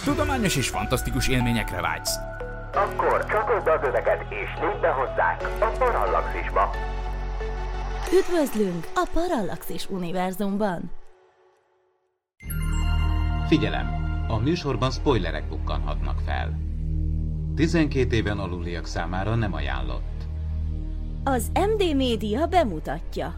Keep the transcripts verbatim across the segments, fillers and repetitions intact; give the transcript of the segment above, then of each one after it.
Tudományos és fantasztikus élményekre vágysz? Akkor csatold az öveket és lépj be hozzánk a Parallaxisba! Üdvözlünk a Parallaxis univerzumban! Figyelem! A műsorban spoilerek bukkanhatnak fel. tizenkét éven aluliak számára nem ajánlott. Az em dé Média bemutatja.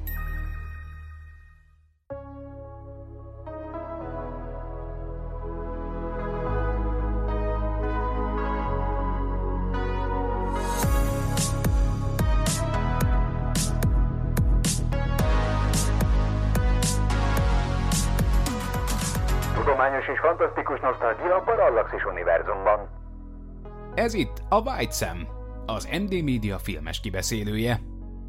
Tudományos és fantasztikus nosztalgia a Parallaxis univerzumban. Ez itt a White Sam, az em dé Média filmes kibeszélője.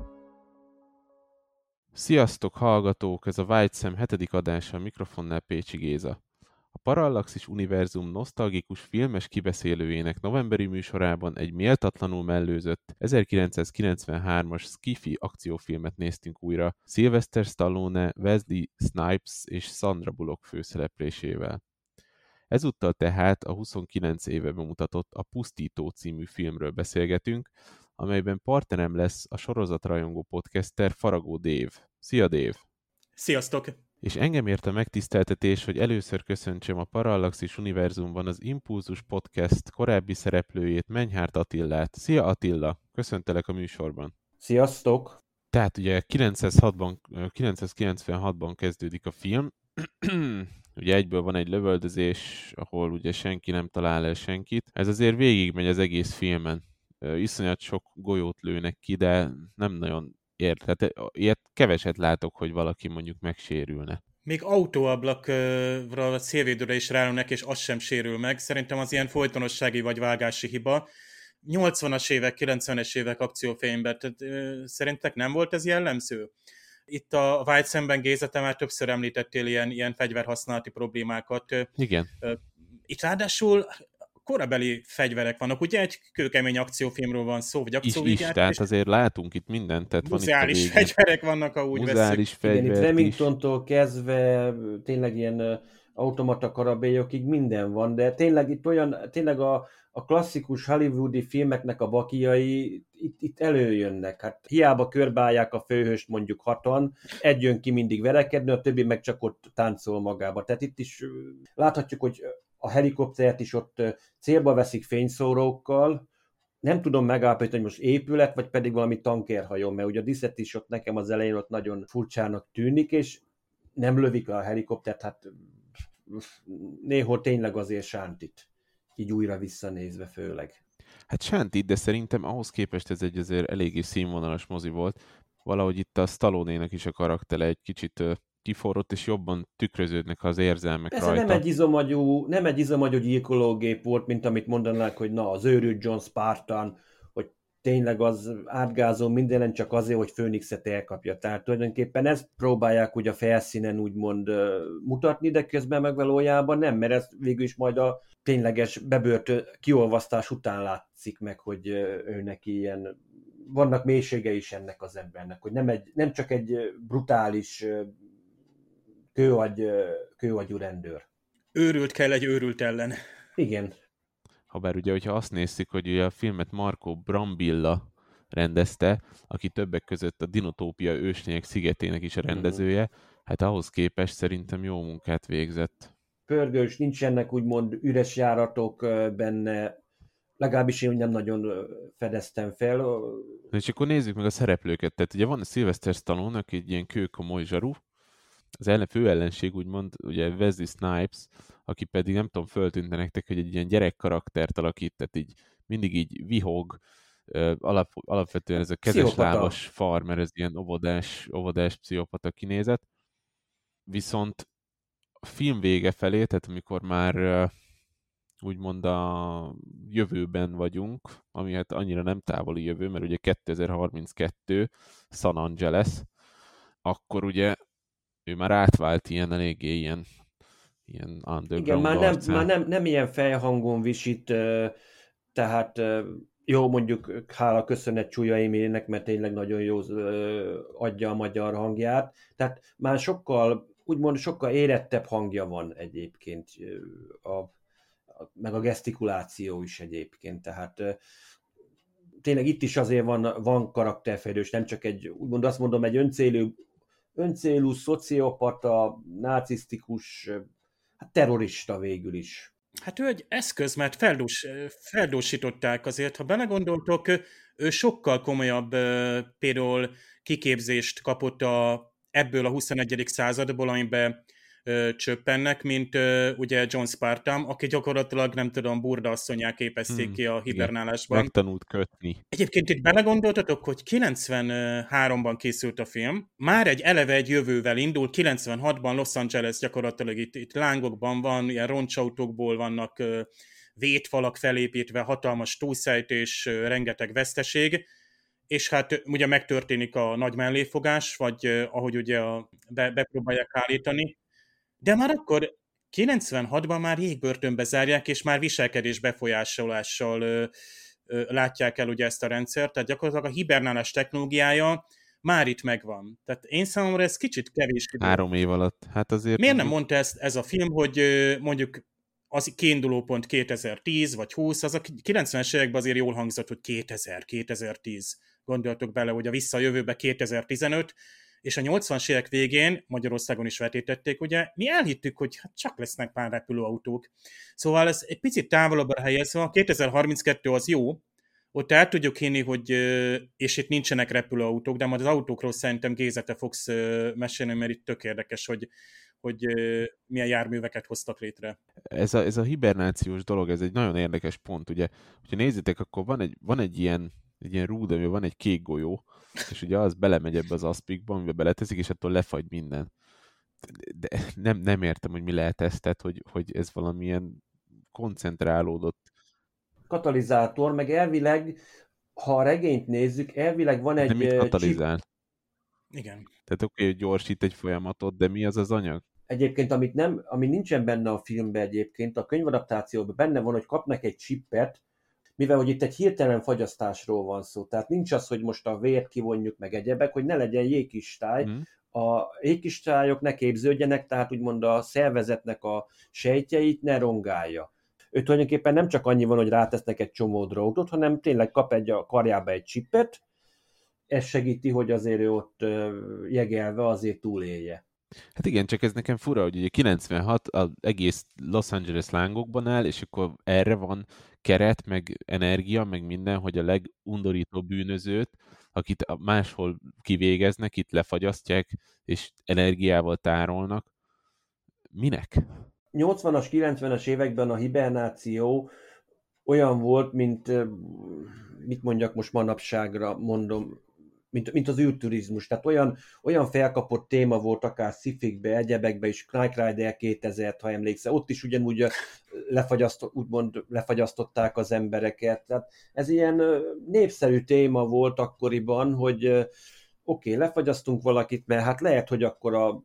Sziasztok, hallgatók! Ez a White Sam hetedik adása, a mikrofonnál Pécsi Géza. A Parallaxis univerzum nosztalgikus filmes kibeszélőjének novemberi műsorában egy méltatlanul mellőzött ezerkilencszázkilencvenhármas sci-fi akciófilmet néztünk újra Sylvester Stallone, Wesley Snipes és Sandra Bullock főszereplésével. Ezúttal tehát a huszonkilenc éve bemutatott A Pusztító című filmről beszélgetünk, amelyben partnerem lesz a sorozatrajongó podcaster Faragó Dév. Szia Dév! Sziasztok! És engem ért a megtiszteltetés, hogy először köszöntsem a Parallaxis univerzumban az Impulzus Podcast korábbi szereplőjét, Menyhárt Attillát. Szia Attila! Köszöntelek a műsorban. Sziasztok! Tehát ugye kilencszázhatban, kilencszázkilencvenhatban kezdődik a film. Ugye egyből van egy lövöldözés, ahol ugye senki nem talál el senkit. Ez azért végigmegy az egész filmen. Iszonyat sok golyót lőnek ki, de nem nagyon ért. Tehát ilyet keveset látok, hogy valaki mondjuk megsérülne. Még autóablakra a szélvédőre is rálőnek, és az sem sérül meg. Szerintem az ilyen folytonossági vagy vágási hiba. nyolcvanas évek, kilencvenes évek akciófilmben, tehát szerintek nem volt ez jellemző? Itt a White Samben, Géza, te már többször említettél ilyen, ilyen fegyverhasználati problémákat. Igen. Itt ráadásul korabeli fegyverek vannak, ugye egy kőkemény akciófilmről van szó, vagy akcióvigyártás. Is, is, tehát azért látunk itt mindent. Tehát muzeális van itt fegyverek vannak, ha úgy muzeális veszük. Fegyver, igen, itt Remingtontól kezdve tényleg ilyen automata karabélyokig minden van, de tényleg itt olyan, tényleg a, a klasszikus hollywoodi filmeknek a bakiai itt, itt előjönnek. Hát hiába körbeállják a főhőst mondjuk hatan, egy jön ki mindig verekedni, a többi meg csak ott táncol magába. Tehát itt is láthatjuk, hogy a helikoptert is ott célba veszik fényszórókkal. Nem tudom megállapítani, hogy most épület, vagy pedig valami tankerhajó, mert ugye a díszlet is ott nekem az elején ott nagyon furcsának tűnik, és nem lövik le a helikoptert, hát néhol tényleg azért sántít, így újra visszanézve főleg. Hát sántít, de szerintem ahhoz képest ez egy azért eléggé színvonalas mozi volt. Valahogy itt a Stallone-nének is a karaktere egy kicsit kiforrott, és jobban tükröződnek az érzelmek Persze rajta. nem egy izomagyú, nem egy izomagyú gyilkológép volt, mint amit mondanák, hogy na, az őrült John Spartan, hogy tényleg az átgázol mindenen csak azért, hogy Phoenixet elkapja. Tehát tulajdonképpen ezt próbálják úgy a felszínen úgymond mutatni, de közben meg valójában nem, mert ez végül is majd a tényleges bebörtön kiolvasztás után látszik meg, hogy ő neki ilyen, vannak mélysége is ennek az embernek, hogy nem, egy, nem csak egy brutális kőagy, kőagyú rendőr. Őrült kell egy őrült ellen. Igen. Habár ugye, hogyha azt nézzük, hogy ugye a filmet Marco Brambilla rendezte, aki többek között a Dinotópia őslények szigetének is a rendezője, mm-hmm. hát ahhoz képest szerintem jó munkát végzett. Pörgős, nincsenek úgymond üres járatok benne, legalábbis én nem nagyon fedeztem fel. És akkor nézzük meg a szereplőket. Tehát ugye van a Sylvester Stallone, aki egy ilyen kőkomoly zsaru, az ellen, fő ellenség úgymond, ugye Wesley Snipes, aki pedig nem tudom, föltűnte nektek, hogy egy ilyen gyerek karaktert alakít, tehát így mindig így vihog, alap, alapvetően ez a kezeslábas farmer, ez ilyen óvodás, óvodás pszichopata kinézet. Viszont a film vége felé, tehát amikor már úgymond a jövőben vagyunk, ami hát annyira nem távoli jövő, mert ugye kétezer-harminckettő San Angeles, akkor ugye ő már átvált ilyen eléggé ilyen, ilyen underground. Igen, már, nem, már nem, nem ilyen fejhangon visít, tehát jó, mondjuk hála köszönet Csúlya Émének, mert tényleg nagyon jó adja a magyar hangját. Tehát már sokkal, úgymond sokkal érettebb hangja van egyébként. A, meg a gesztikuláció is egyébként, tehát tényleg itt is azért van, van karakterfejlődés, nem csak egy, úgymond azt mondom, egy öncélú, öncélú szociopata, narcisztikus, hát terrorista végül is. Hát ő egy eszköz, mert feldús, feldúsították azért. Ha belegondoltok, ő sokkal komolyabb például kiképzést kapott a, ebből a huszonegyedik századból, amiben ö, csöppennek, mint ö, ugye John Spartam, aki gyakorlatilag, nem tudom, burda asszonyá képezték hmm, ki a hibernálásban. Megtanult kötni. Egyébként itt belegondoltatok, hogy kilencvenháromban készült a film, már egy eleve egy jövővel indul, kilencvenhatban Los Angeles gyakorlatilag itt, itt lángokban van, ilyen roncsautókból vannak ö, védfalak felépítve, hatalmas túlszejtés, ö, rengeteg veszteség, és hát ugye megtörténik a nagy melléfogás, vagy eh, ahogy ugye a, be, bepróbálják állítani, de már akkor kilencvenhatban már jégbörtönbe zárják, és már viselkedés befolyásolással ö, ö, látják el ugye ezt a rendszert, tehát gyakorlatilag a hibernálás technológiája már itt megvan. Tehát én számomra ez kicsit kevés. Három év alatt. Hát azért... Miért nem mondta ezt ez a film, hogy ö, mondjuk az kiinduló pont kétezer-tíz vagy húsz, az a kilencvenes években azért jól hangzott, hogy kétezer, kétezer-tíz. Gondoltok bele, hogy a visszajövőbe kétezer-tizenöt, és a nyolcvanas évek végén Magyarországon is vetítették, ugye, mi elhittük, hogy hát csak lesznek pár repülőautók. Szóval ez egy picit távolabbra helyezve, a kétezer-harminckettő az jó, ott el tudjuk hinni, hogy, és itt nincsenek repülőautók, de majd az autókról szerintem Géza, te fogsz mesélni, mert itt tök érdekes, hogy, hogy milyen járműveket hoztak létre. Ez a, ez a hibernációs dolog, ez egy nagyon érdekes pont, ugye, hogyha nézzétek, akkor van egy, van egy ilyen egy ilyen rúd, amiben van egy kék golyó, és ugye az belemegy ebbe az aszpikba, amiben beleteszik, és attól lefagy minden. De nem, nem értem, hogy mi lehet ez, tehát, hogy, hogy ez valamilyen koncentrálódott. Katalizátor, meg elvileg, ha a regényt nézzük, elvileg van egy... De mit katalizál? Chip... Igen. Tehát oké, hogy gyorsít egy folyamatot, de mi az az anyag? Egyébként, amit nem, ami nincsen benne a filmben egyébként, a könyvadaptációban benne van, hogy kapnak egy chipet, mivel hogy itt egy hirtelen fagyasztásról van szó, tehát nincs az, hogy most a vért kivonjuk meg egyebek, hogy ne legyen jégkristály, mm. a jégkristályok ne képződjenek, tehát úgymond a szervezetnek a sejtjeit ne rongálja. Ő tulajdonképpen nem csak annyi van, hogy rátesznek egy csomó drótot, hanem tényleg kap egy a karjába egy chipet, ez segíti, hogy azért ő ott jegelve azért túlélje. Hát igen, csak ez nekem fura, hogy ugye kilencvenhat az egész Los Angeles lángokban áll, és akkor erre van keret, meg energia, meg minden, hogy a legundorító bűnözőt, akit máshol kivégeznek, itt lefagyasztják, és energiával tárolnak. Minek? nyolcvanas, kilencvenes években a hibernáció olyan volt, mint, mit mondjak most manapságra, mondom, mint, mint az űrturizmus. Tehát olyan, olyan felkapott téma volt akár sci-fikbe, egyebekbe is, Knight Rider kétezer, ha emlékszel, ott is ugyanúgy lefagyasztott, úgymond lefagyasztották az embereket. Tehát ez ilyen népszerű téma volt akkoriban, hogy oké, okay, lefagyasztunk valakit, mert hát lehet, hogy akkor a,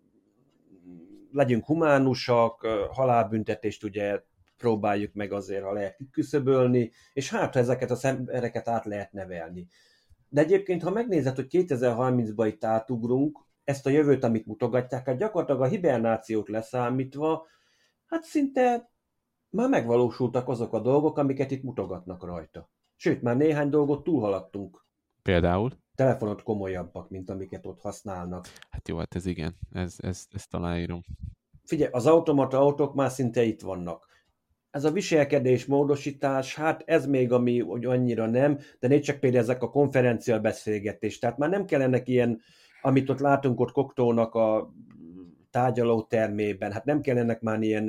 legyünk humánusak, halálbüntetést ugye próbáljuk meg azért, ha lehet küszöbölni, és hát, ha ezeket az embereket át lehet nevelni. De egyébként, ha megnézed, hogy kétezer-harmincban itt átugrunk, ezt a jövőt, amit mutogatják, hát gyakorlatilag a hibernációt leszámítva, hát szinte már megvalósultak azok a dolgok, amiket itt mutogatnak rajta. Sőt, már néhány dolgot túlhaladtunk. Például? Telefonot komolyabbak, mint amiket ott használnak. Hát jó, hát ez igen, ez, ez, ezt aláírom. Figyelj, az automata autók már szinte itt vannak. Ez a viselkedés módosítás, hát ez még ami, hogy annyira nem, de négy csak például ezek a konferencia beszélgetés. Tehát már nem kellenek ilyen, amit ott látunk ott Koktónak a tárgyalótermében, hát nem kellenek már ilyen,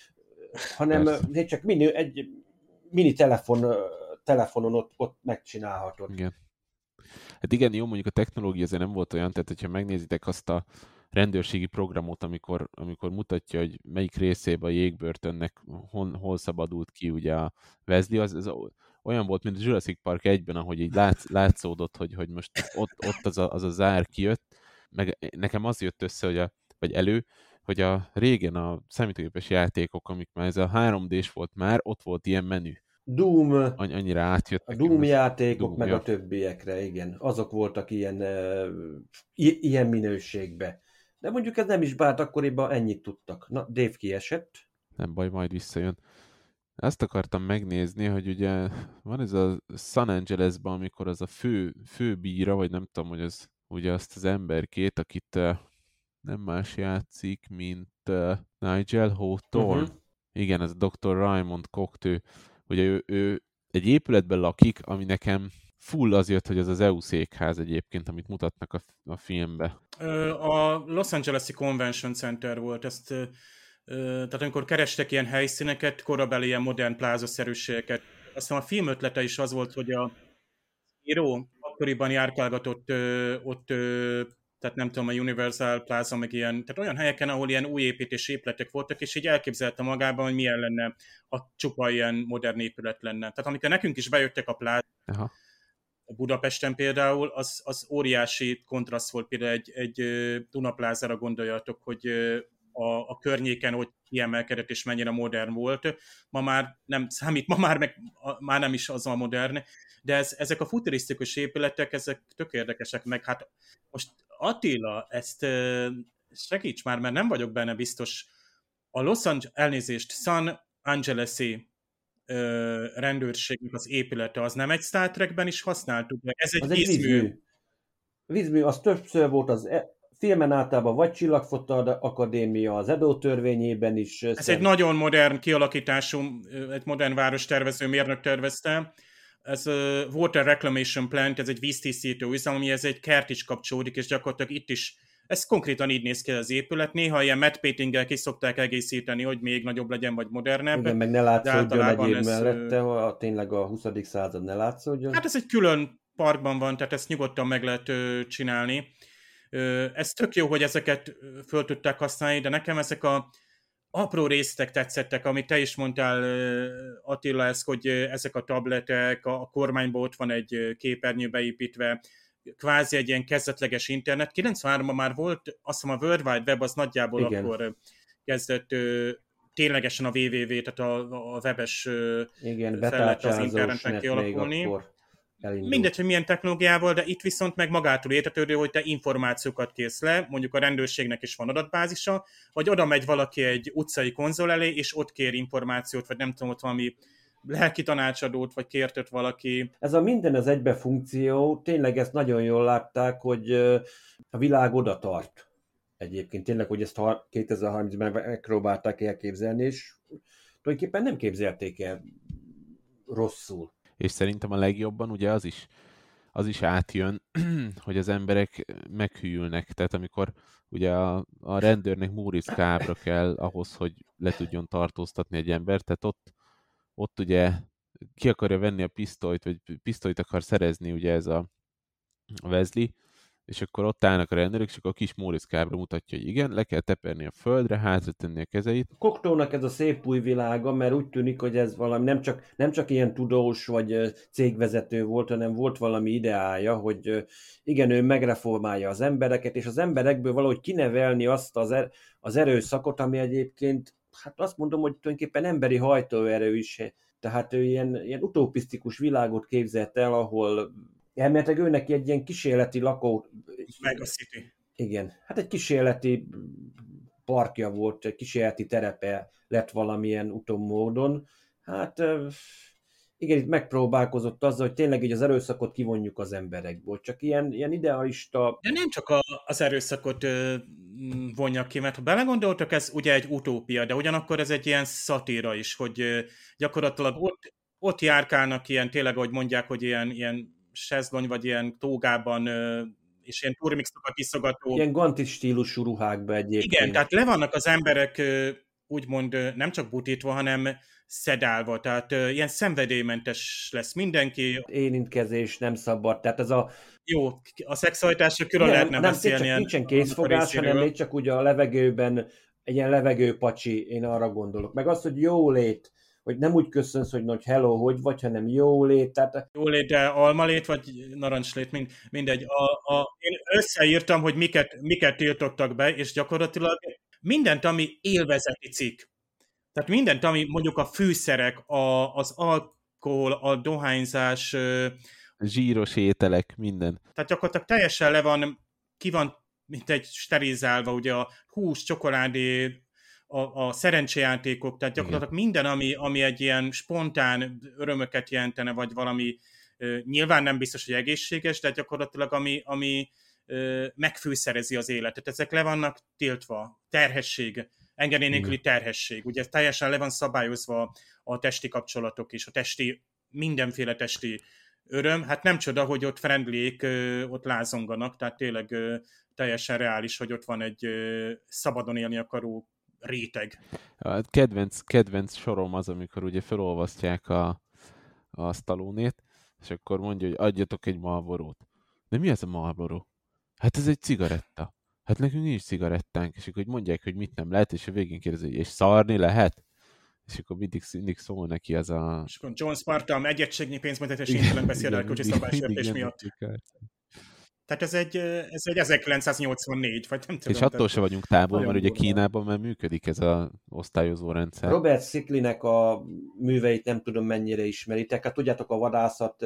hanem négy csak mini, egy mini telefon, telefonon ott, ott megcsinálhatod. Igen. Hát igen, jó, mondjuk a technológia azért nem volt olyan, tehát hogyha megnézitek azt a rendőrségi programot, amikor, amikor mutatja, hogy melyik részében a jégbörtönnek hol, hol szabadult ki ugye a Wesley, az, az olyan volt, mint a Jurassic Park egyben, ahogy így látsz, látszódott, hogy, hogy most ott, ott az, a, az a zár kijött, meg nekem az jött össze, hogy a, vagy elő, hogy a régen a számítógépes játékok, amik már ez a három dés volt már, ott volt ilyen menü. Doom, annyira átjött. A Doom játékok, Doom, meg ja. a többiekre, igen. Azok voltak ilyen, uh, i- ilyen minőségbe. De mondjuk ez nem is bárt, akkoriban ennyit tudtak. Na, Dave kiesett. Nem baj, majd visszajön. Azt akartam megnézni, hogy ugye van ez a San Angelesban, amikor az a fő, fő bíra, vagy nem tudom, hogy az ugye azt az emberkét, akit uh, nem más játszik, mint uh, Nigel Hawthorne. Uh-huh. Igen, ez a doktor Raymond Cocteau. Ugye ő, ő egy épületben lakik, ami nekem full az jött, hogy az az é u székház egyébként, amit mutatnak a, a filmbe. A Los Angeles-i Convention Center volt, ezt, tehát amikor kerestek ilyen helyszíneket, korabeli ilyen modern plázaszerűségeket. Aztán a film ötlete is az volt, hogy a író akkoriban járkálgatott ott, tehát nem tudom, a Universal Plaza, meg ilyen, tehát olyan helyeken, ahol ilyen új építési épületek voltak, és így elképzelte magában, hogy milyen lenne, a csupa ilyen modern épület lenne. Tehát amikor nekünk is bejöttek a plázák, Aha. Budapesten például, az, az óriási kontraszt volt, például egy, egy Dunaplázára gondoljatok, hogy a, a környéken hogy kiemelkedett és mennyire modern volt. Ma már nem számít, ma már, meg, már nem is az a modern, de ez, ezek a futurisztikus épületek, ezek tök érdekesek, meg hát most Attila, ezt segíts már, mert nem vagyok benne biztos. A Los Angeles, elnézést, San Angeles-i rendőrségnek az épülete, az nem egy Star Trekben is használtuk, ez egy, az vízmű. egy vízmű. Vízmű, az többször volt az e- filmen általában, vagy Csillagfota Akadémia, az Edo törvényében is. Ez szem... egy nagyon modern kialakítású, egy modern várostervező mérnök tervezte. Ez a Water Reclamation Plant, ez egy víztisztító üzem, ami ez egy kert is kapcsolódik, és gyakorlatilag itt is, ez konkrétan így néz ki az épület. Néha ilyen matte paintinggel ki szokták egészíteni, hogy még nagyobb legyen, vagy modernebb. Igen, meg ne látszódjon egyéb ez... mellette, ha tényleg a huszadik század ne látszódjon. Hát ez egy külön parkban van, tehát ezt nyugodtan meg lehet ö, csinálni. Ö, ez tök jó, hogy ezeket föl tudták használni, de nekem ezek a apró részletek tetszettek, amit te is mondtál, Attila, ez, hogy ezek a tabletek, a kormányban ott van egy képernyő beépítve, kvázi egy ilyen kezdetleges internet. kilencvenháromban már volt, azt hiszem a World Wide Web az nagyjából Igen. akkor kezdett ténylegesen a double-u double-u double-u, tehát a, a webes felett az internetnek kialakulni. Mindegy, hogy milyen technológiával, de itt viszont meg magától értetődő, hogy te információkat kész le, mondjuk a rendőrségnek is van adatbázisa, vagy oda megy valaki egy utcai konzol elé, és ott kér információt, vagy nem tudom, ott valami lelki tanácsadót, vagy kértött valaki. Ez a minden az egybe funkció, tényleg ezt nagyon jól látták, hogy a világ oda tart. Egyébként tényleg, hogy ezt kétezer-harmincban megpróbálták elképzelni, és tulajdonképpen nem képzelték el rosszul. És szerintem a legjobban ugye az is, az is átjön, hogy az emberek meghűlnek. Tehát amikor ugye a, a rendőrnek móriczkábra kell ahhoz, hogy le tudjon tartóztatni egy embert, tehát ott, ott ugye ki akarja venni a pisztolyt, vagy pisztolyt akar szerezni ugye ez a Wesley, és akkor ott állnak a rendőrök, és akkor a kis móriczkábra mutatja, hogy igen, le kell teperni a földre, hátra tenni a kezeit. Cocteaunak ez a szép új világa, mert úgy tűnik, hogy ez valami nem csak, nem csak ilyen tudós vagy cégvezető volt, hanem volt valami ideája, hogy igen, ő megreformálja az embereket, és az emberekből valahogy kinevelni azt az, er, az erőszakot, ami egyébként, hát azt mondom, hogy tulajdonképpen emberi hajtóerő is. Tehát ő ilyen, ilyen utopisztikus világot képzelt el, ahol elméletileg ő neki egy ilyen kísérleti lakó... Mega City. Igen, hát egy kísérleti parkja volt, egy kísérleti terepe lett valamilyen utómódon. Hát igen, itt megpróbálkozott azzal, hogy tényleg így az erőszakot kivonjuk az emberekből. Csak ilyen, ilyen idealista... De nem csak a, az erőszakot ö, vonjak ki, mert ha belegondoltak, ez ugye egy utópia, de ugyanakkor ez egy ilyen szatíra is, hogy ö, gyakorlatilag ott, ott járkálnak ilyen, tényleg, ahogy mondják, hogy ilyen, ilyen sezlony, vagy ilyen tógában, és ilyen turmixokat iszogató. Ilyen gantit stílusú ruhákba egyébként. Igen, tehát le vannak az emberek úgymond nem csak butítva, hanem szedálva, tehát ilyen szenvedélymentes lesz mindenki. Érintkezés nem szabad, tehát ez a... Jó, a szexualitásra külön nem, lehetne nem, beszélni. Nem, nincsen készfogás, hanem még csak ugye a levegőben egy ilyen levegőpacsi, én arra gondolok. Meg az, hogy jólét, hogy nem úgy köszönsz, hogy nagy hello, hogy vagy, hanem jólét. Tehát... Jólét, de almalét, vagy narancslét, mind, mindegy. A, a, én összeírtam, hogy miket, miket tiltottak be, és gyakorlatilag mindent, ami élvezeti cikk. Tehát mindent, ami mondjuk a fűszerek, a, az alkohol, a dohányzás. Zsíros ételek, minden. Tehát gyakorlatilag teljesen le van, ki van, mint egy sterilizálva, ugye a hús, csokoládé, a, a szerencsejátékok, tehát gyakorlatilag igen. minden, ami, ami egy ilyen spontán örömöket jelentene, vagy valami uh, nyilván nem biztos, hogy egészséges, de gyakorlatilag ami, ami uh, megfűszerezi az életet. Ezek le vannak tiltva. Terhesség, engedély nélküli terhesség. Ugye teljesen le van szabályozva a testi kapcsolatok is, a testi, mindenféle testi öröm. Hát nem csoda, hogy ott friendlyék ott lázonganak, tehát tényleg teljesen reális, hogy ott van egy szabadon élni akaró réteg. A kedvenc, kedvenc sorom az, amikor ugye felolvasztják a, a Stallone-ét, és akkor mondja, hogy adjatok egy Marlborót. De mi ez a Marlboro? Hát ez egy cigaretta. Hát nekünk nincs cigarettánk, és akkor mondják, hogy mit nem lehet, és a végén kérdezi, és szarni lehet? És akkor mindig, mindig szól neki az a... És akkor John Spartan egy egységnyi pénzbüntetés kénytelen beszélelkocsi szabálysértés miatt. Tehát ez egy, ez egy ezerkilencszáznyolcvannégy, vagy nem tudom. És attól se vagyunk távol, mert ugye Kínában már működik ez az osztályozó rendszer. Robert Sickley-nek a műveit nem tudom mennyire ismeritek. Hát tudjátok a Vadászat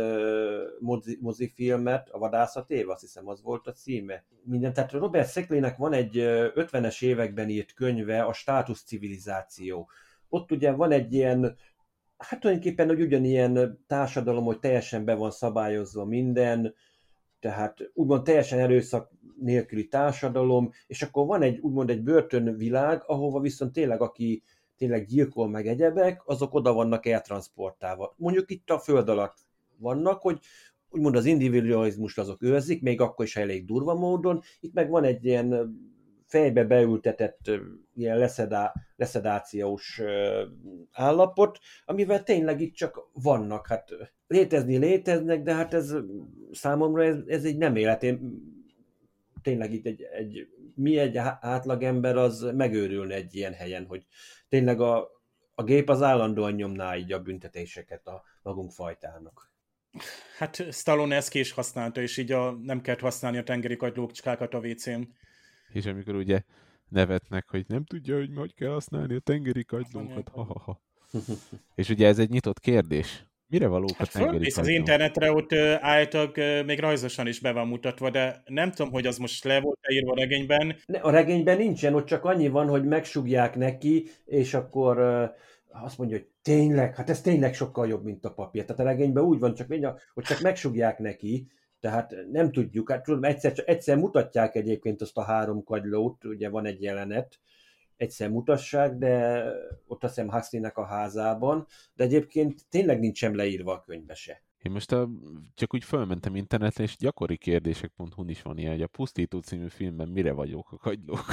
mozi, mozifilmet, a Vadászat év, azt hiszem az volt a címe. Minden, tehát Robert Sickley-nek van egy ötvenes években írt könyve, a Státusz civilizáció. Ott ugye van egy ilyen, hát tulajdonképpen hogy ugyanilyen társadalom, hogy teljesen be van szabályozva minden, tehát úgymond teljesen erőszak nélküli társadalom, és akkor van egy úgymond egy börtönvilág, ahova viszont tényleg aki tényleg gyilkol meg egyebek, azok oda vannak eltransportálva. Mondjuk itt a föld alatt vannak, hogy úgymond az individualizmust azok őrzik, még akkor is elég durva módon, itt meg van egy ilyen fejbe beültetett ilyen leszedá, leszedációs állapot, amivel tényleg itt csak vannak. Hát létezni léteznek, de hát ez számomra ez, ez egy nem élet. Én tényleg itt egy, egy, mi egy átlagember az megőrülne egy ilyen helyen, hogy tényleg a, a gép az állandóan nyomná így a büntetéseket a magunk fajtának. Hát Stallone ezt ki is használta, és így a, nem kellett használni a tengeri kagylócskákat a vécén. És amikor ugye nevetnek, hogy nem tudja, hogy hogy kell használni a tengeri kagylókat, ha-ha-ha. És ugye ez egy nyitott kérdés. Mire valók hát a tengeri kagylók? Az internetre ott állítólag még rajzosan is be van mutatva, de nem tudom, hogy az most le volt írva a regényben. A regényben nincsen, ott csak annyi van, hogy megsugják neki, és akkor azt mondja, hogy tényleg, hát ez tényleg sokkal jobb, mint a papír. Tehát a regényben úgy van, csak, hogy csak megsugják neki, tehát nem tudjuk, hát tudom, egyszer, egyszer mutatják egyébként azt a három kagylót, ugye van egy jelenet, egyszer mutassák, de ott azt hiszem Huxleynek a házában, de egyébként tényleg nincsen leírva a könyvbe se. Én most a, csak úgy fölmentem internetre, és gyakori kérdések pont hu-n is van ilyen, hogy a Pusztító című filmben mire vagyok a kagylók.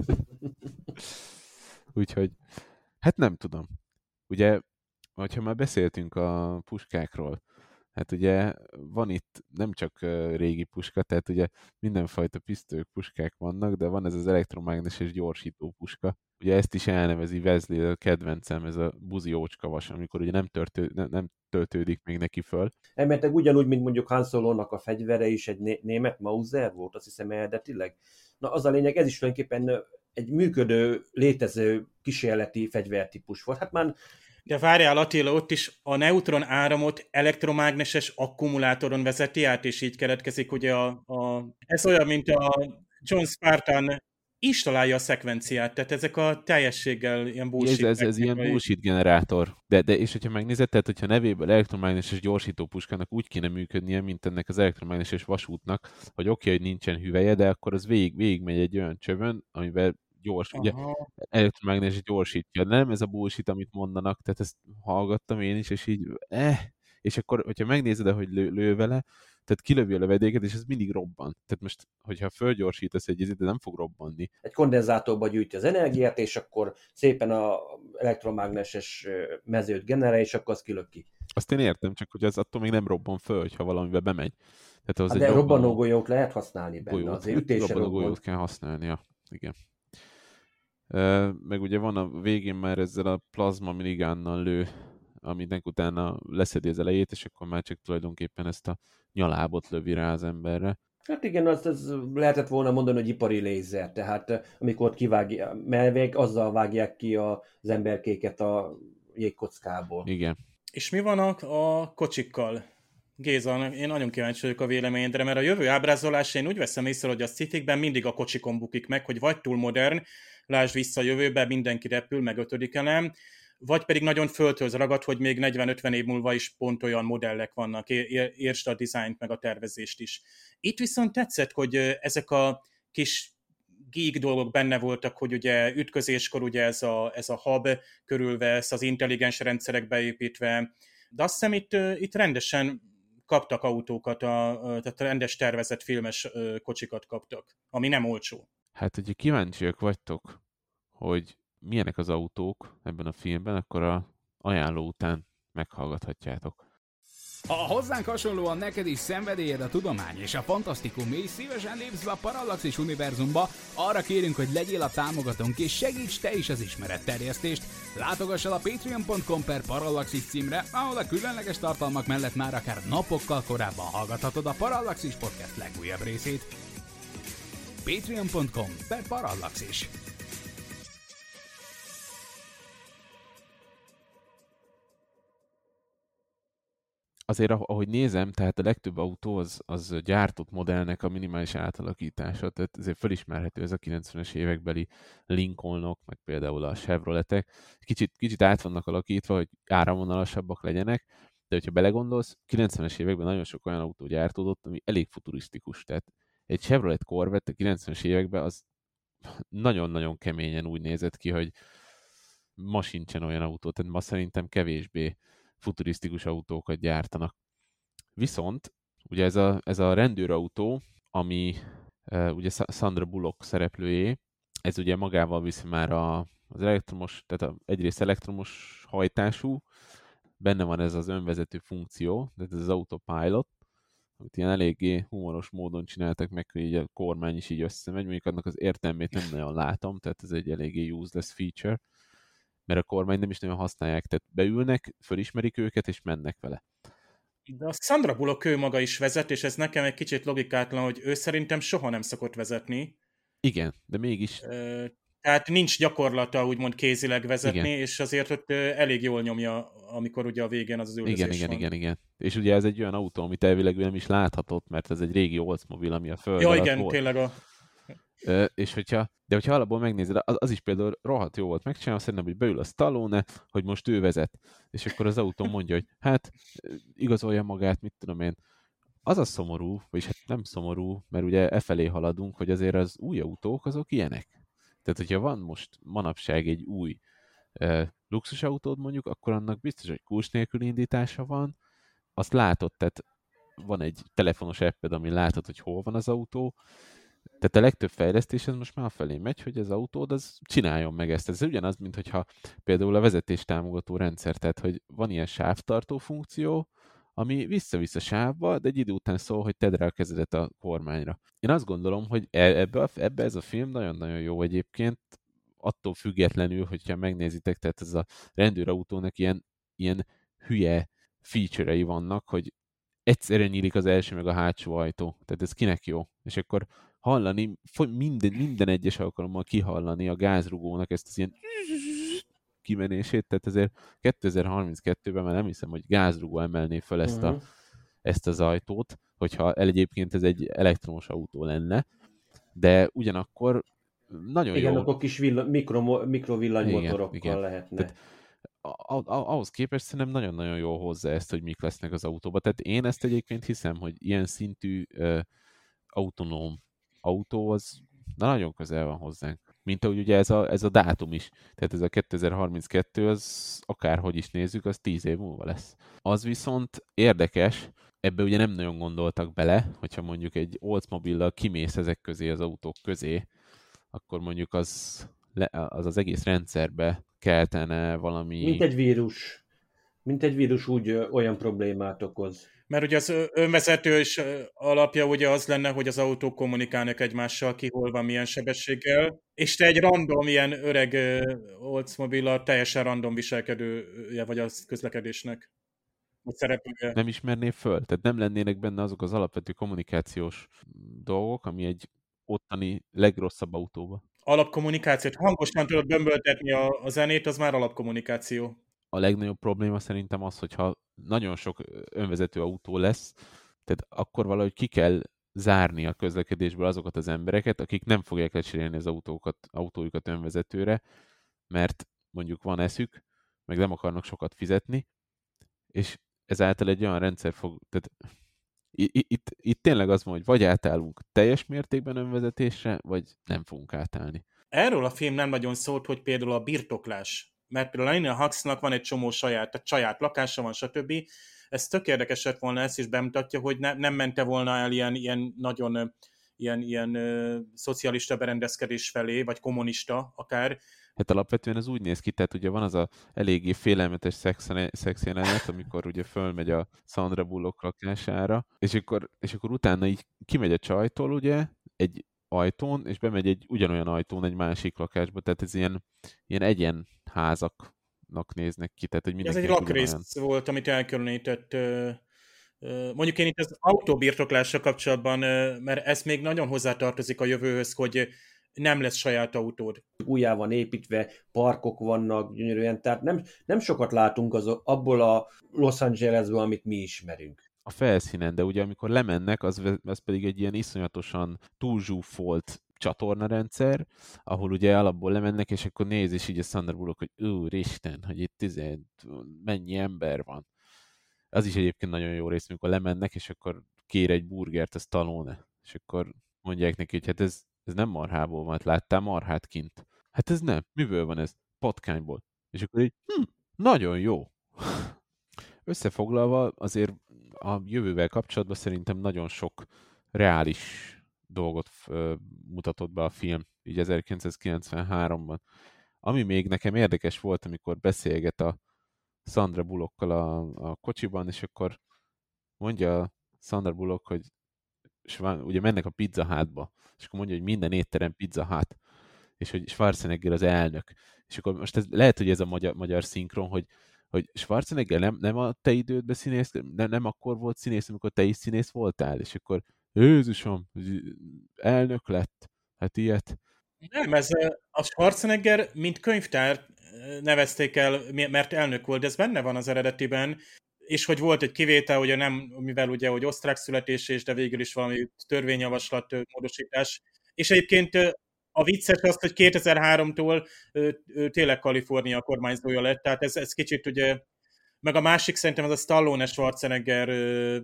Úgyhogy, hát nem tudom. Ugye, hogyha már beszéltünk a puskákról, hát ugye van itt nem csak régi puska, tehát ugye mindenfajta pisztolyok, puskák vannak, de van ez az elektromágneses gyorsító puska. Ugye ezt is elnevezi Wesley, a kedvencem, ez a buzi ócskavas, amikor ugye nem, törtő, nem, nem töltődik még neki föl. Elméletileg ugyanúgy, mint mondjuk Han Solo-nak a fegyvere is egy né- német Mauser volt, azt hiszem eredetileg. Na az a lényeg, ez is tulajdonképpen egy működő, létező kísérleti fegyvertípus volt. Hát már de várjál Attila, ott is a neutron áramot elektromágneses akkumulátoron vezeti át, és így keletkezik ugye a, a... Ez olyan, mint a John Spartan installálja a szekvenciát, tehát ezek a teljességgel ilyen bullshit. Ez, ez, ez ilyen bullshit generátor. De, de és hogyha megnézed, tehát hogyha nevéből elektromágneses gyorsítópuskának úgy kéne működnie, mint ennek az elektromágneses vasútnak, hogy oké, okay, hogy nincsen hüvelye, de akkor az végig, végig megy egy olyan csövön, amivel gyors, ugye elektromágneses gyorsítja. Nem ez a bullshit, amit mondanak, tehát ezt hallgattam én is, és így, eh, és akkor, hogyha megnézed, hogy lő, lő vele, tehát kilövi a lövedéket, és ez mindig robban. Tehát most, hogyha fölgyorsítasz egy izét, de nem fog robbanni. Egy kondenzátorba gyűjti az energiát, és akkor szépen a elektromágneses mezőt generál, és akkor az kilök ki. Azt én értem, csak hogy az attól még nem robban föl, hogyha valamibe bemegy. Tehát az hát de robbanó golyót lehet használni benne, golyót, azért ütése robbanó golyót kell használni, ja. Igen. Uh, meg ugye van a végén már ezzel a plazma minigánnal lő, aminek utána leszedi az elejét, és akkor már csak tulajdonképpen ezt a nyalábot lövi rá az emberre. Hát igen, azt, az lehetett volna mondani, hogy ipari lézer, tehát amikor ott kivágják, mert azzal vágják ki az emberkéket a jégkockából. Igen. És mi van a, a kocsikkal? Géza, én nagyon kíváncsi vagyok a véleményedre, mert a jövő ábrázolás én úgy veszem észre, hogy a sci-fikben mindig a kocsikon bukik meg, hogy vagy túl modern, lásd Vissza a jövőbe, mindenki repül, meg ötödik elem, vagy pedig nagyon földhöz ragad, hogy még negyven-ötven év múlva is pont olyan modellek vannak, értsd a dizájnt, meg a tervezést is. Itt viszont tetszett, hogy ezek a kis geek dolgok benne voltak, hogy ugye ütközéskor ugye ez a, ez a hub körülvesz, az intelligens rendszerek beépítve, de azt hiszem itt, itt rendesen kaptak autókat, a, tehát rendes tervezett filmes kocsikat kaptak, ami nem olcsó. Hát, hogyha kíváncsiak vagytok, hogy milyenek az autók ebben a filmben, akkor a ajánló után meghallgathatjátok. Ha hozzánk hasonlóan neked is szenvedélyed a tudomány és a fantasztikum, és szívesen lépsz be a Parallaxis univerzumba, arra kérünk, hogy legyél a támogatónk és segíts te is az ismeretterjesztést. Látogass el a patreon pont com per Parallaxis címre, ahol a különleges tartalmak mellett már akár napokkal korábban hallgathatod a Parallaxis podcast legújabb részét. patreon pont com per Parallaxis. Azért, ahogy nézem, tehát a legtöbb autó az, az gyártott modellnek a minimális átalakítása, tehát ezért felismerhető ez a kilencvenes évekbeli Lincolnok, meg például a Chevroletek. Kicsit, kicsit át vannak alakítva, hogy áramvonalasabbak legyenek, de hogyha belegondolsz, kilencvenes években nagyon sok olyan autó gyártódott, ami elég futurisztikus. Tehát egy Chevrolet Corvette a kilencvenes években az nagyon-nagyon keményen úgy nézett ki, hogy ma sincsen olyan autó, tehát ma szerintem kevésbé futurisztikus autókat gyártanak. Viszont ugye ez a, ez a rendőrautó, ami uh, ugye Sandra Bullock szereplőjé, ez ugye magával viszi már a, az elektromos, tehát a, egyrészt elektromos hajtású, benne van ez az önvezető funkció, tehát ez az autopilot, amit ilyen eléggé humoros módon csináltak meg, hogy így a kormány is így összemegy, mondjuk annak az értelmét nem nagyon látom, tehát ez egy eléggé useless feature, mert a kormány nem is nagyon használják, tehát beülnek, fölismerik őket, és mennek vele. De a Sandra Bullock ő maga is vezet, és ez nekem egy kicsit logikátlan, hogy ő szerintem soha nem szokott vezetni. Igen, de mégis... Tehát nincs gyakorlata úgymond kézileg vezetni, igen. És azért ott elég jól nyomja, amikor ugye a végén az az üldözés igen, igen, van. igen, igen. És ugye ez egy olyan autó, amit elvileg nem is láthatott, mert ez egy régi Oldsmobile, ami a föld ja, alatt igen, volt. tényleg a... Ö, és hogyha, de hogyha alapból megnézed, az, az is például rohadt jó volt megcsinálva, szerintem, hogy beül a Stallone, hogy most ő vezet, és akkor az autó mondja, hogy hát igazolja magát, mit tudom én. Az a szomorú, vagyis hát nem szomorú, mert ugye e felé haladunk, hogy azért az új autók azok ilyenek. Tehát, hogyha van most manapság egy új uh, luxusautód mondjuk, akkor annak biztos, hogy kulcs nélküli indítása van, azt látod, tehát van egy telefonos apped, ami látod, hogy hol van az autó, tehát a legtöbb fejlesztés ez most már felé megy, hogy az autód az csináljon meg ezt. Ez ugyanaz, mint hogyha például a vezetés támogató rendszer, tehát hogy van ilyen sávtartó funkció, ami vissza-vissza sávba, de egy idő után szól, hogy tedd rá a kezedet a kormányra. Én azt gondolom, hogy ebbe, ebbe ez a film nagyon-nagyon jó egyébként, attól függetlenül, hogyha megnézitek, tehát ez a rendőrautónak ilyen, ilyen hülye feature-ei vannak, hogy egyszerre nyílik az első meg a hátsó ajtó. Tehát ez kinek jó? És akkor hallani, minden, minden egyes alkalommal kihallani a gázrugónak ezt az ilyen kimenését, tehát ezért kétezer-harminckettőben már nem hiszem, hogy gázrugó emelné fel ezt, a, uh-huh. ezt az ajtót, hogyha egyébként ez egy elektromos autó lenne, de ugyanakkor nagyon igen, jó... akkor kis villa, mikro, mikrovillanymotorokkkal igen, lehetne. Tehát, ahhoz képest szerintem nagyon-nagyon jól hozzá ezt, hogy mik lesznek az autóba. Tehát én ezt egyébként hiszem, hogy ilyen szintű uh, autonóm autó az nagyon közel van hozzánk. Mint ahogy ugye ez a, ez a dátum is. Tehát ez a kétezer-harminckettő, az akárhogy is nézzük, az tíz év múlva lesz. Az viszont érdekes, ebbe ugye nem nagyon gondoltak bele, hogyha mondjuk egy Oldsmobile-lal kimész ezek közé, az autók közé, akkor mondjuk az le, az, az egész rendszerbe keltene valami... Mint egy vírus. Mint egy vírus úgy ö, olyan problémát okoz. Mert ugye az önvezetős alapja ugye az lenne, hogy az autók kommunikálnak egymással, ki hol van, milyen sebességgel, és te egy random, ilyen öreg Oldsmobile-a teljesen random viselkedője vagy a közlekedésnek. Szerepelje. Nem ismerné föl? Tehát nem lennének benne azok az alapvető kommunikációs dolgok, ami egy ottani legrosszabb autóba. Alapkommunikációt. Hangosan tudod bömböltetni a, a zenét, az már alapkommunikáció. A legnagyobb probléma szerintem az, hogyha nagyon sok önvezető autó lesz, tehát akkor valahogy ki kell zárni a közlekedésből azokat az embereket, akik nem fogják lecserélni az autókat, autójukat önvezetőre, mert mondjuk van eszük, meg nem akarnak sokat fizetni, és ezáltal egy olyan rendszer fog, tehát itt, itt, itt tényleg az van, hogy vagy átállunk teljes mértékben önvezetésre, vagy nem fogunk átállni. Erről a film nem nagyon szólt, hogy például a birtoklás, mert például Lionel Huxnak van egy csomó saját, tehát saját lakása van, stb. Ez tök érdekes lett volna, ezt is bemutatja, hogy ne, nem mente volna el ilyen, ilyen nagyon ilyen, ilyen ö, szocialista berendezkedés felé, vagy kommunista akár. Hát alapvetően ez úgy néz ki, tehát ugye van az a eléggé félelmetes szexjelenet, amikor ugye fölmegy a Sandra Bullock lakására, és akkor, és akkor utána így kimegy a csajtól ugye egy ajtón, és bemegy egy ugyanolyan ajtón egy másik lakásba, tehát ez ilyen, ilyen egyenházaknak néznek ki. Tehát, hogy ez egy lakrész ugyanolyan volt, amit elkülönített. Mondjuk én itt az autóbirtoklással kapcsolatban, mert ez még nagyon hozzátartozik a jövőhöz, hogy nem lesz saját autód. Újjá van építve, parkok vannak gyönyörűen, tehát nem, nem sokat látunk az, abból a Los Angelesből, amit mi ismerünk. A felszínen, de ugye amikor lemennek, az, az pedig egy ilyen iszonyatosan túlzsúfolt csatornarendszer, ahol ugye alapból lemennek, és akkor néz, és így a Sandra Bullock, hogy úristen, hogy itt tized, mennyi ember van. Az is egyébként nagyon jó rész, amikor lemennek, és akkor kér egy burgert a Stallone, és akkor mondják neki, hogy hát ez, ez nem marhából van, láttál marhát kint? Hát ez nem. Miből van ez? Patkányból. És akkor így, hm, nagyon jó. Összefoglalva azért a jövővel kapcsolatban szerintem nagyon sok reális dolgot ö, mutatott be a film, így ezerkilencszázkilencvenháromban. Ami még nekem érdekes volt, amikor beszélget a Sandra Bullockkal a, a kocsiban, és akkor mondja Sandra Bullock, hogy ugye mennek a Pizza Hutba, és akkor mondja, hogy minden étterem Pizza Hut, és hogy Schwarzenegger az elnök. És akkor most ez, lehet, hogy ez a magyar, magyar szinkron, hogy, hogy Schwarzenegger nem, nem a te idődben színész, nem, nem akkor volt színész, amikor te is színész voltál, és akkor Jézusom, elnök lett, hát ilyet. Nem, ez a Schwarzenegger, mint könyvtár nevezték el, mert elnök volt, de ez benne van az eredetiben, és hogy volt egy kivétel, ugye nem, mivel ugye, hogy osztrák születés, és de végül is valami törvényjavaslat, módosítás. És egyébként a vicces az, hogy kétezer-háromtól ő, ő tényleg Kalifornia kormányzója lett, tehát ez, ez kicsit ugye, meg a másik szerintem az a Stallone Schwarzenegger, ö,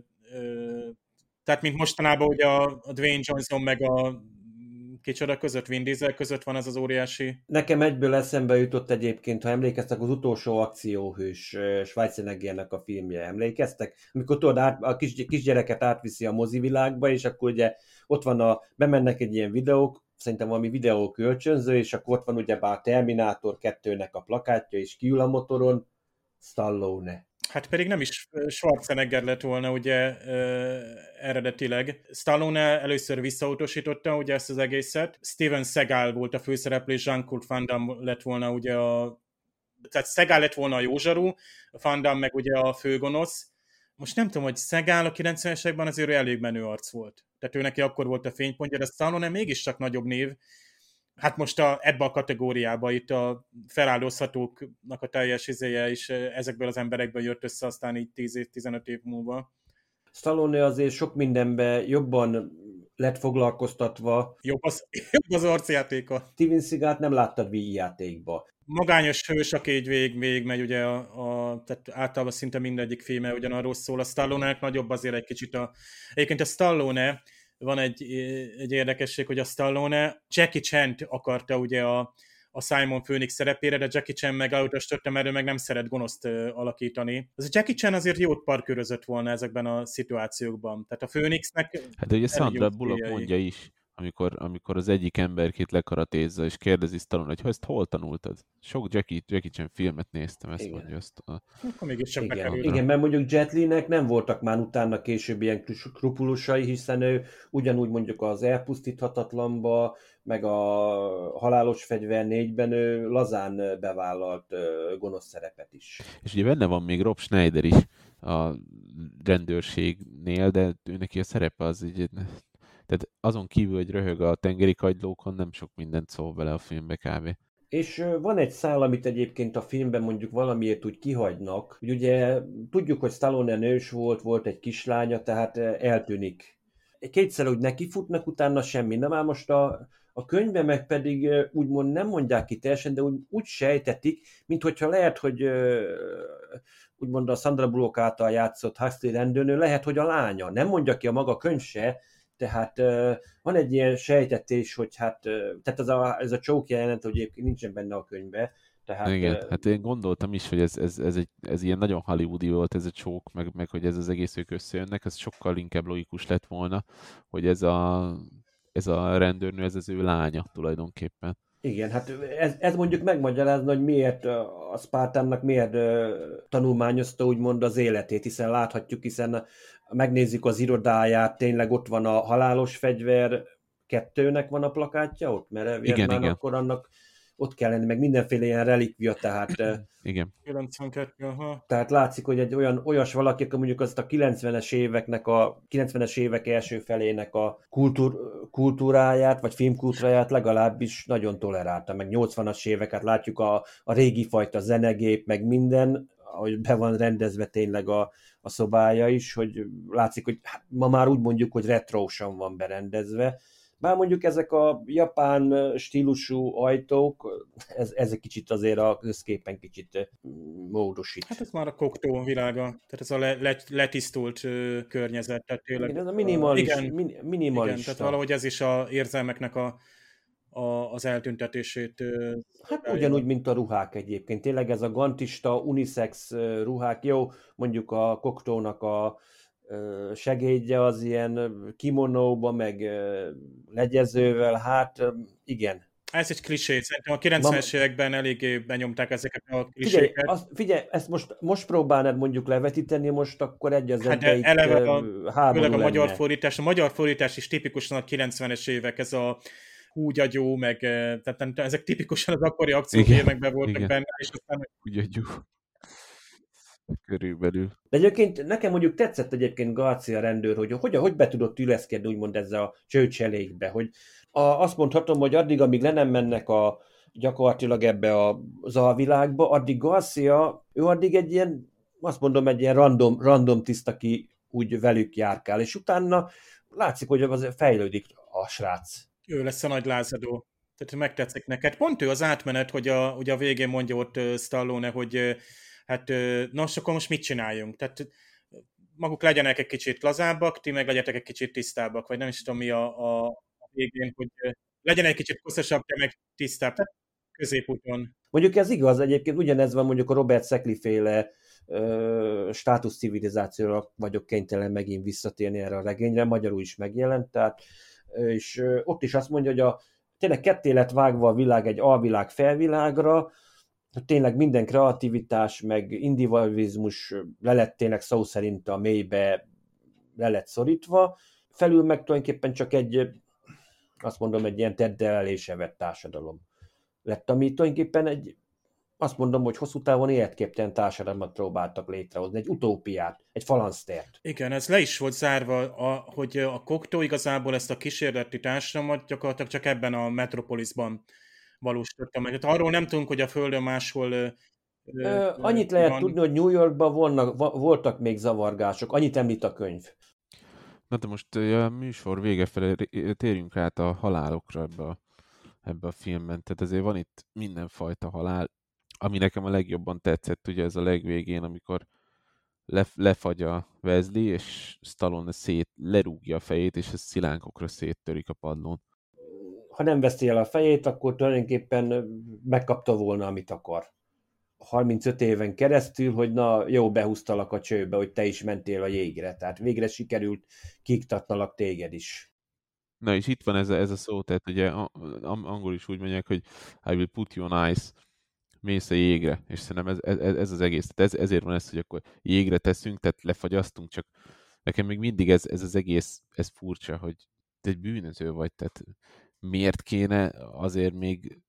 ö, tehát mint mostanában ugye a, a Dwayne Johnson meg a kicsoda között, Vin Diesel között van az az óriási. Nekem egyből eszembe jutott egyébként, ha emlékeztek, az utolsó akcióhős Schwarzeneggernek a filmje. Emlékeztek? Amikor tudod, át, a kis, kisgyereket átviszi a mozivilágba, és akkor ugye ott van a, bemennek egy ilyen videók, szerintem valami videó kölcsönző, és akkor ott van ugye a Terminátor kettőnek a plakátja, és kiül a motoron, Stallone. Hát pedig nem is Schwarzenegger lett volna, ugye, uh, eredetileg. Stallone először visszautasította ugye ezt az egészet. Steven Seagal volt a főszereplő, és Jean-Claude Van Damme lett volna ugye a... Tehát Seagal lett volna a jó zsaru, Van Damme meg ugye a főgonosz. Most nem tudom, hogy Seagal a kilencvenes években azért elég menő arc volt. Tehát ő neki akkor volt a fénypontja, de Stallone mégiscsak nagyobb név. Hát most a, ebbe a kategóriába itt a feláldozhatóknak a teljes izéje is ezekből az emberekből jött össze aztán így tíz-tizenöt év múlva. Stallone azért sok mindenben jobban lett foglalkoztatva. Jobb az, jobb az arcjátéka. Steven Seagalt nem láttad vígjátékba. Magányos hős, aki így végig, végig megy, ugye a, a, tehát általában szinte mindegyik filme ugyanarról szól. A Stallone-nek nagyobb azért egy kicsit a... Egyébként a Stallone van egy, egy érdekesség, hogy a Stallone Jackie Chan-t akarta ugye a, a Simon Phoenix szerepére, de Jackie Chan meg elutasította, mert ő meg nem szeret gonoszt alakítani. Az Jackie Chan azért jót parkőrözött volna ezekben a szituációkban. Tehát a Phoenixnek... Hát ugye Sandra Bullock mondja is, amikor, amikor az egyik emberkét lekaratézza, és kérdezi Stallone, hogy ezt hol tanultad? Sok Jackie, Jackie Chan filmet néztem, ezt Igen. mondja. Ezt a... Akkor mégis csak Igen. bekerül. Igen, mert mondjuk Jet Li-nek nem voltak már utána később ilyen skrupulusai, hiszen ő ugyanúgy mondjuk az Elpusztíthatatlanba, meg a Halálos fegyver négyben ő lazán bevállalt gonosz szerepet is. És ugye benne van még Rob Schneider is a rendőrségnél, de ő neki a szerepe az így... Tehát azon kívül, hogy röhög a tengeri kagylókon, nem sok mindent szól vele a filmbe kb. És van egy szál, amit egyébként a filmben mondjuk valamiért úgy kihagynak, hogy ugye tudjuk, hogy Stallone nős volt, volt egy kislánya, tehát eltűnik. kétszer úgy nekifutnak, utána semmi. Na már most a, a könyvben meg pedig úgymond nem mondják ki teljesen, de úgy, úgy sejtetik, mint hogyha lehet, hogy úgymond a Sandra Bullock által játszott Huxley rendőrnő, lehet, hogy a lánya. Nem mondja ki a maga könyv se, tehát uh, van egy ilyen sejtetés, hogy hát, uh, tehát ez a, ez a choke jelent, hogy egyébként nincsen benne a könyvbe. Tehát, Igen, uh, hát én gondoltam is, hogy ez, ez, ez, egy, ez ilyen nagyon hollywoodi volt ez a choke, meg, meg hogy ez az egész ők összejönnek, ez sokkal inkább logikus lett volna, hogy ez a, ez a rendőrnő, ez az ő lánya tulajdonképpen. Igen, hát ez, ez mondjuk megmagyarázna, hogy miért a Spartannak miért tanulmányozta úgymond az életét, hiszen láthatjuk, hiszen megnézzük az irodáját, tényleg ott van a halálos fegyver, kettőnek van a plakátja ott, mert igen, igen. akkor annak ott kell lenni, meg mindenféle ilyen relikvia, tehát... Igen. kilencvenkettő, aha. Tehát látszik, hogy egy olyan olyas valaki, aki mondjuk azt a kilencvenes éveknek, a kilencvenes évek első felének a kultúr, kultúráját, vagy filmkultúráját legalábbis nagyon tolerálta, meg nyolcvanas éveket látjuk a, a régi fajta zenegép, meg minden, ahogy be van rendezve tényleg a, a szobája is, hogy látszik, hogy hát ma már úgy mondjuk, hogy retrósan van berendezve. Bár mondjuk ezek a japán stílusú ajtók, ez, ez egy kicsit azért a közképen kicsit módosít. Hát ez már a Cocteau világa, tehát ez a le, le, letisztult uh, környezet. Tehát tényleg, igen, ez a minimalis, igen, min, minimalista. Igen, tehát valahogy ez is a érzelmeknek a, a, az eltüntetését. Uh, hát rájön. Ugyanúgy, mint a ruhák egyébként. Tényleg ez a gantista, unisex ruhák, jó, mondjuk a Cocteau-nak a segédje az ilyen kimonóba, meg legyezővel, hát igen. Ez egy klisé, szerintem a kilencvenes években eléggé benyomták ezeket a Figyelj, kliséket. azt, figyelj, ezt most, most próbálnád mondjuk levetíteni, most akkor egy az hát egyik eleve a, háború a lenne. magyar fordítás, a magyar fordítás is tipikusan a kilencvenes évek, ez a húgyagyú, meg tehát nem, ezek tipikusan az akkori akciófilmekben voltak igen. benne, és aztán... Húgyagyú. Körülbelül. De egyébként nekem mondjuk tetszett egyébként Garcia rendőr, hogy hogy, hogy be tudott üleszkedni úgymond ezzel a csőcselékbe, hogy a, azt mondhatom, hogy addig, amíg le nem mennek a, gyakorlatilag ebbe az alvilágba, addig Garcia, ő addig egy ilyen, azt mondom, egy ilyen random, random tiszt, aki úgy velük járkál, és utána látszik, hogy az fejlődik a srác. Ő lesz a nagy lázadó. Tehát megtetszik neked. Pont ő az átmenet, hogy a, ugye a végén mondja ott Stallone, hogy hát, nos, akkor most mit csináljunk? Tehát maguk legyenek egy kicsit lazábbak, ti meg legyetek egy kicsit tisztábbak, vagy nem is tudom mi a, a, a végén, hogy legyen egy kicsit koszosabb, te meg tisztább. Tehát középúton. Mondjuk ez igaz, egyébként ugyanez van mondjuk a Robert Szekli féle státuszcivilizációra vagyok kénytelen megint visszatérni erre a regényre, magyarul is megjelent, tehát, és ott is azt mondja, hogy a, tényleg ketté lett vágva a világ egy alvilág felvilágra, tényleg minden kreativitás, meg individualizmus le lett tényleg szó szerint a mélybe le lett szorítva, felül meg tulajdonképpen csak egy, azt mondom, egy ilyen teddel elésevett társadalom lett, ami tulajdonképpen egy, azt mondom, hogy hosszú távon életképtelen társadalmat próbáltak létrehozni, egy utópiát, egy falansztert. Igen, ez le is volt zárva, a, hogy a Cocteau igazából ezt a kísérleti társadalmat gyakorlatilag csak ebben a metropolisban valósította meg. Hát arról nem tudunk, hogy a Földön máshol... Ö, ö, annyit lehet van... tudni, hogy New Yorkban volnak, voltak még zavargások, annyit említ a könyv. Na de most a műsor vége felé térjünk át a halálokra ebbe a, ebbe a filmben. Tehát azért van itt mindenfajta halál, ami nekem a legjobban tetszett, ugye ez a legvégén, amikor lef, lefagy a Wesley, és Stallone szét lerúgja a fejét, és ez szilánkokra széttörik a padlón. Ha nem veszti el a fejét, akkor tulajdonképpen megkapta volna, amit akar. harmincöt éven keresztül, hogy na, jó, behúztalak a csőbe, hogy te is mentél a jégre. Tehát végre sikerült, kiktatnalak téged is. Na és itt van ez a, ez a szó, tehát ugye angol is úgy mondják, hogy I will put you on ice, mész a jégre, és szerintem ez, ez, ez az egész. Tehát ez, ezért van ez, hogy akkor jégre teszünk, tehát lefagyasztunk, csak nekem még mindig ez, ez az egész, ez furcsa, hogy te egy bűnöző vagy, tehát miért kéne azért még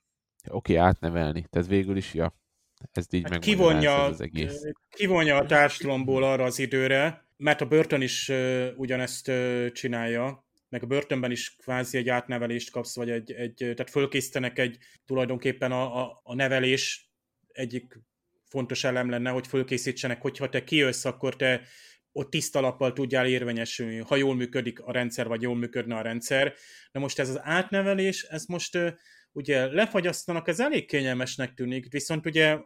oké, okay, átnevelni. Tehát végül is, ja, ez így hát kivonja, ez az egész. Kivonja a társadalomból arra az időre, mert a börtön is uh, ugyanezt uh, csinálja, meg a börtönben is kvázi egy átnevelést kapsz, vagy egy, egy tehát fölkészítenek egy, tulajdonképpen a, a, a nevelés egyik fontos elem lenne, hogy fölkészítsenek, hogyha te kijössz, akkor te ott tiszta lappal tudjál érvényesülni, ha jól működik a rendszer, vagy jól működne a rendszer. De most ez az átnevelés, ez most ugye lefagyasztanak, ez elég kényelmesnek tűnik, viszont ugye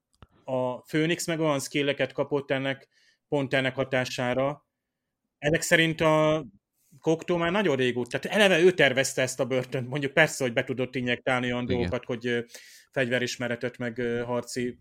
a Phoenix meg olyan skilleket kapott ennek, pont ennek hatására. Ezek szerint a Cocteau már nagyon régóta, tehát eleve ő tervezte ezt a börtönt, mondjuk persze, hogy be tudott injektálni olyan Igen. dolgokat, hogy fegyverismeretet, meg harci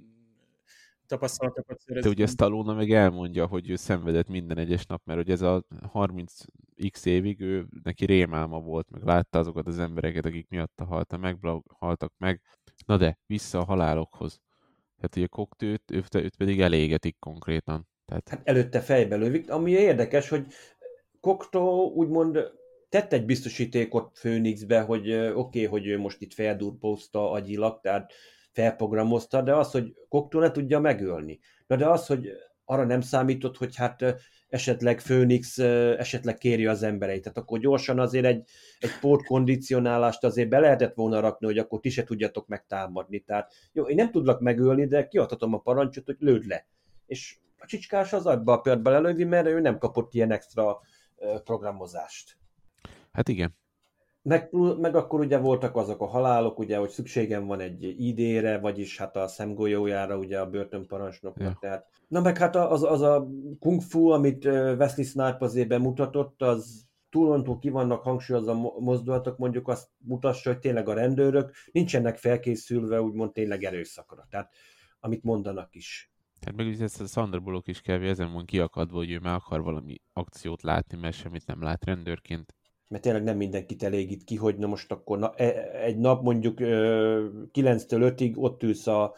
tapasztalatokat szerezni. De ugye Stallone meg elmondja, hogy ő szenvedett minden egyes nap, mert ugye ez a harminc x évig ő, neki rémálma volt, meg látta azokat az embereket, akik miatta halta meg, haltak meg. Na de, vissza a halálokhoz. Tehát ugye Cocteau, őt, őt pedig elégetik konkrétan. Tehát... Hát előtte fejbe lövik, ami érdekes, hogy Cocteau úgymond tett egy biztosítékot Phoenixbe, hogy oké, okay, hogy ő most itt feldurpózta agyilag, tehát felprogramozta, de az, hogy Cocteau ne tudja megölni. Na de az, hogy arra nem számított, hogy hát esetleg Phoenix esetleg kéri az embereit. Tehát akkor gyorsan azért egy, egy pótkondicionálást azért be lehetett volna rakni, hogy akkor ti se tudjatok megtámadni. Tehát jó, én nem tudlak megölni, de kiadhatom a parancsot, hogy lőd le. És a csicskás az abba a percbe lelövi, mert ő nem kapott ilyen extra programozást. Hát igen. Meg, meg akkor ugye voltak azok a halálok, ugye, hogy szükségem van egy í dére, vagyis hát a szemgolyójára, ugye a börtönparancsnoknak. Ja. Tehát, na meg hát az, az a kung fu, amit Wesley Snipes azért bemutatott, az túlontúl ki vannak hangsúlyozva mozdulatok, mondjuk azt mutassa, hogy tényleg a rendőrök nincsenek felkészülve, úgymond tényleg erőszakra. Tehát amit mondanak is. Tehát meg ezt a Sandra Bullock is kb. Ezen van kiakadva, hogy ő már akar valami akciót látni, mert semmit nem lát rendőrként. Mert tényleg nem mindenkit elégít ki, hogy na most akkor na, egy nap mondjuk kilenctől ötig ott ülsz a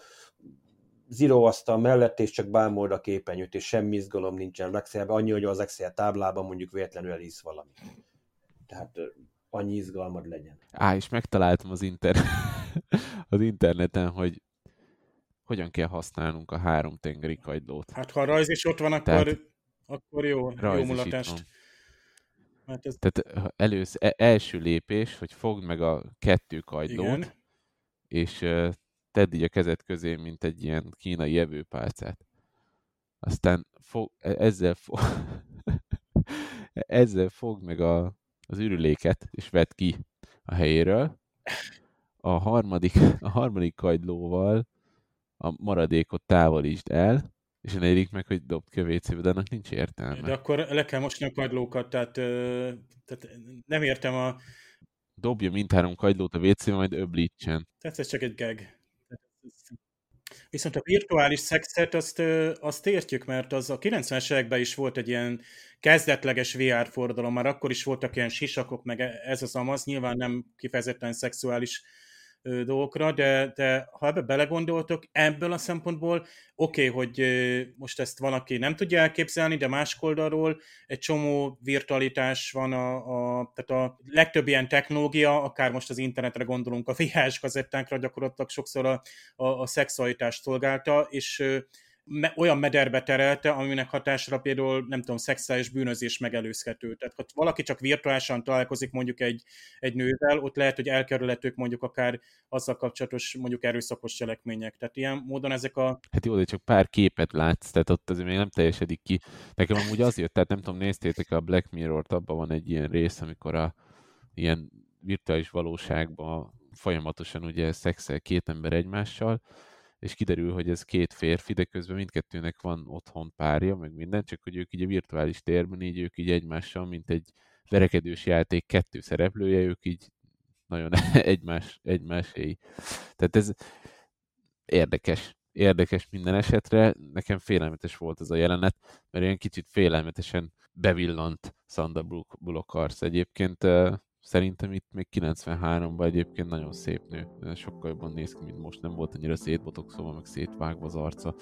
zíróasztal mellett, és csak bámolod a képernyőt, és semmi izgalom nincsen az Excelben, annyi, hogy az Excel táblában mondjuk véletlenül elhisz valamit. Tehát annyi izgalmad legyen. Á, és megtaláltam az, inter... az interneten, hogy hogyan kell használnunk a három tengeri kagylót. Hát ha a rajz is ott van, akkor, Tehát, akkor jó, jó mulatást. Hát ez... Tehát elősz, első lépés, hogy fogd meg a kettő kagylót, Igen. és uh, tedd így a kezed közé, mint egy ilyen kínai evőpálcát. Aztán fog, ezzel, fog, ezzel fogd meg a, az ürüléket, és vedd ki a helyéről. A harmadik, a harmadik kagylóval a maradékot távolítsd el, és a negyedik meg, hogy dobd ki a vécébe, de annak nincs értelme. De akkor le kell mosni a kagylókat, tehát, ö, tehát nem értem a... Dobja mindhárom kagylót a vécébe, majd öblítsen. Tehát ez csak egy gag. Viszont a virtuális szexet azt, azt értjük, mert az a kilencvenes években is volt egy ilyen kezdetleges vé er forradalom, már akkor is voltak ilyen sisakok, meg ez az amaz, nyilván nem kifejezetten szexuális dolgokra, de, de ha ebbe belegondoltok, ebből a szempontból oké, okay, hogy most ezt van, aki nem tudja elképzelni, de másik oldalról egy csomó virtualitás van, a, a, tehát a legtöbb ilyen technológia, akár most az internetre gondolunk, a vé há es kazettánkra gyakorlatilag sokszor a, a, a szexualitást szolgálta, és me, olyan mederbe terelte, aminek hatásra például, nem tudom, szexuális bűnözés megelőzhető. Tehát, ha valaki csak virtuálisan találkozik mondjuk egy, egy nővel, ott lehet, hogy elkerülhetők mondjuk akár azzal kapcsolatos mondjuk erőszakos cselekmények. Tehát ilyen módon ezek a... Hát jó, de csak pár képet látsz, tehát ott azért még nem teljesedik ki. Nekem amúgy az jött, tehát nem tudom, néztétek a Black Mirror-t, abban van egy ilyen rész, amikor a ilyen virtuális valóságban folyamatosan ugye szexel két ember egymással, és kiderül, hogy ez két férfi, de közben mindkettőnek van otthon párja, meg minden, csak hogy ők így a virtuális térben, így ők így egymással, mint egy verekedős játék kettő szereplője, ők így nagyon egymás, egymáséi. Tehát ez érdekes. Érdekes minden esetre. Nekem félelmetes volt ez a jelenet, mert ilyen kicsit félelmetesen bevillant Sandra Bullock arc. Egyébként szerintem itt még kilencvenháromban egyébként nagyon szép nő. Sokkal jobban néz ki, mint most. Nem volt annyira szétbotoxolva, meg szétvágva az arca.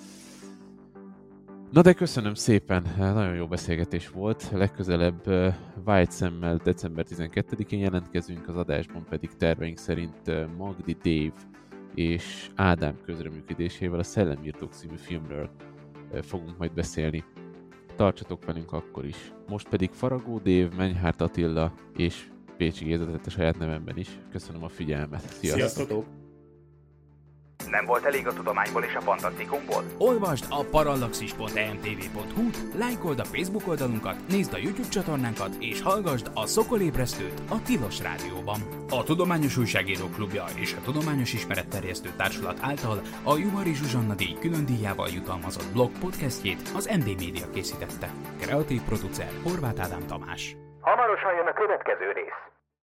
Na de köszönöm szépen, nagyon jó beszélgetés volt. Legközelebb White Sam-mel december tizenkettedikén jelentkezünk, az adásban pedig terveink szerint Magdi, Dave és Ádám közreműködésével a Szellemírtók című filmről fogunk majd beszélni. Tartsatok velünk akkor is. Most pedig Faragó Dave, Menyhárt Attila és Pécsi Géza a saját nevemben is. Köszönöm a figyelmet. Sziasztok! Sziasztok. Nem volt elég a tudományból és a fantasztikumból? Olvasd a parallaxis pont e m t v pont h u-t, lájkold a Facebook oldalunkat, nézd a YouTube csatornánkat, és hallgasd a Szokolébresztőt a Tilos Rádióban. A Tudományos Újságírók Klubja és a Tudományos Ismeretterjesztő Társulat által a Juhari Zsuzsanna díj külön díjával jutalmazott blog podcastjét az em dé Média készítette. Kreatív producer Horváth Ádám Tamás. Hamarosan jön a következő rész.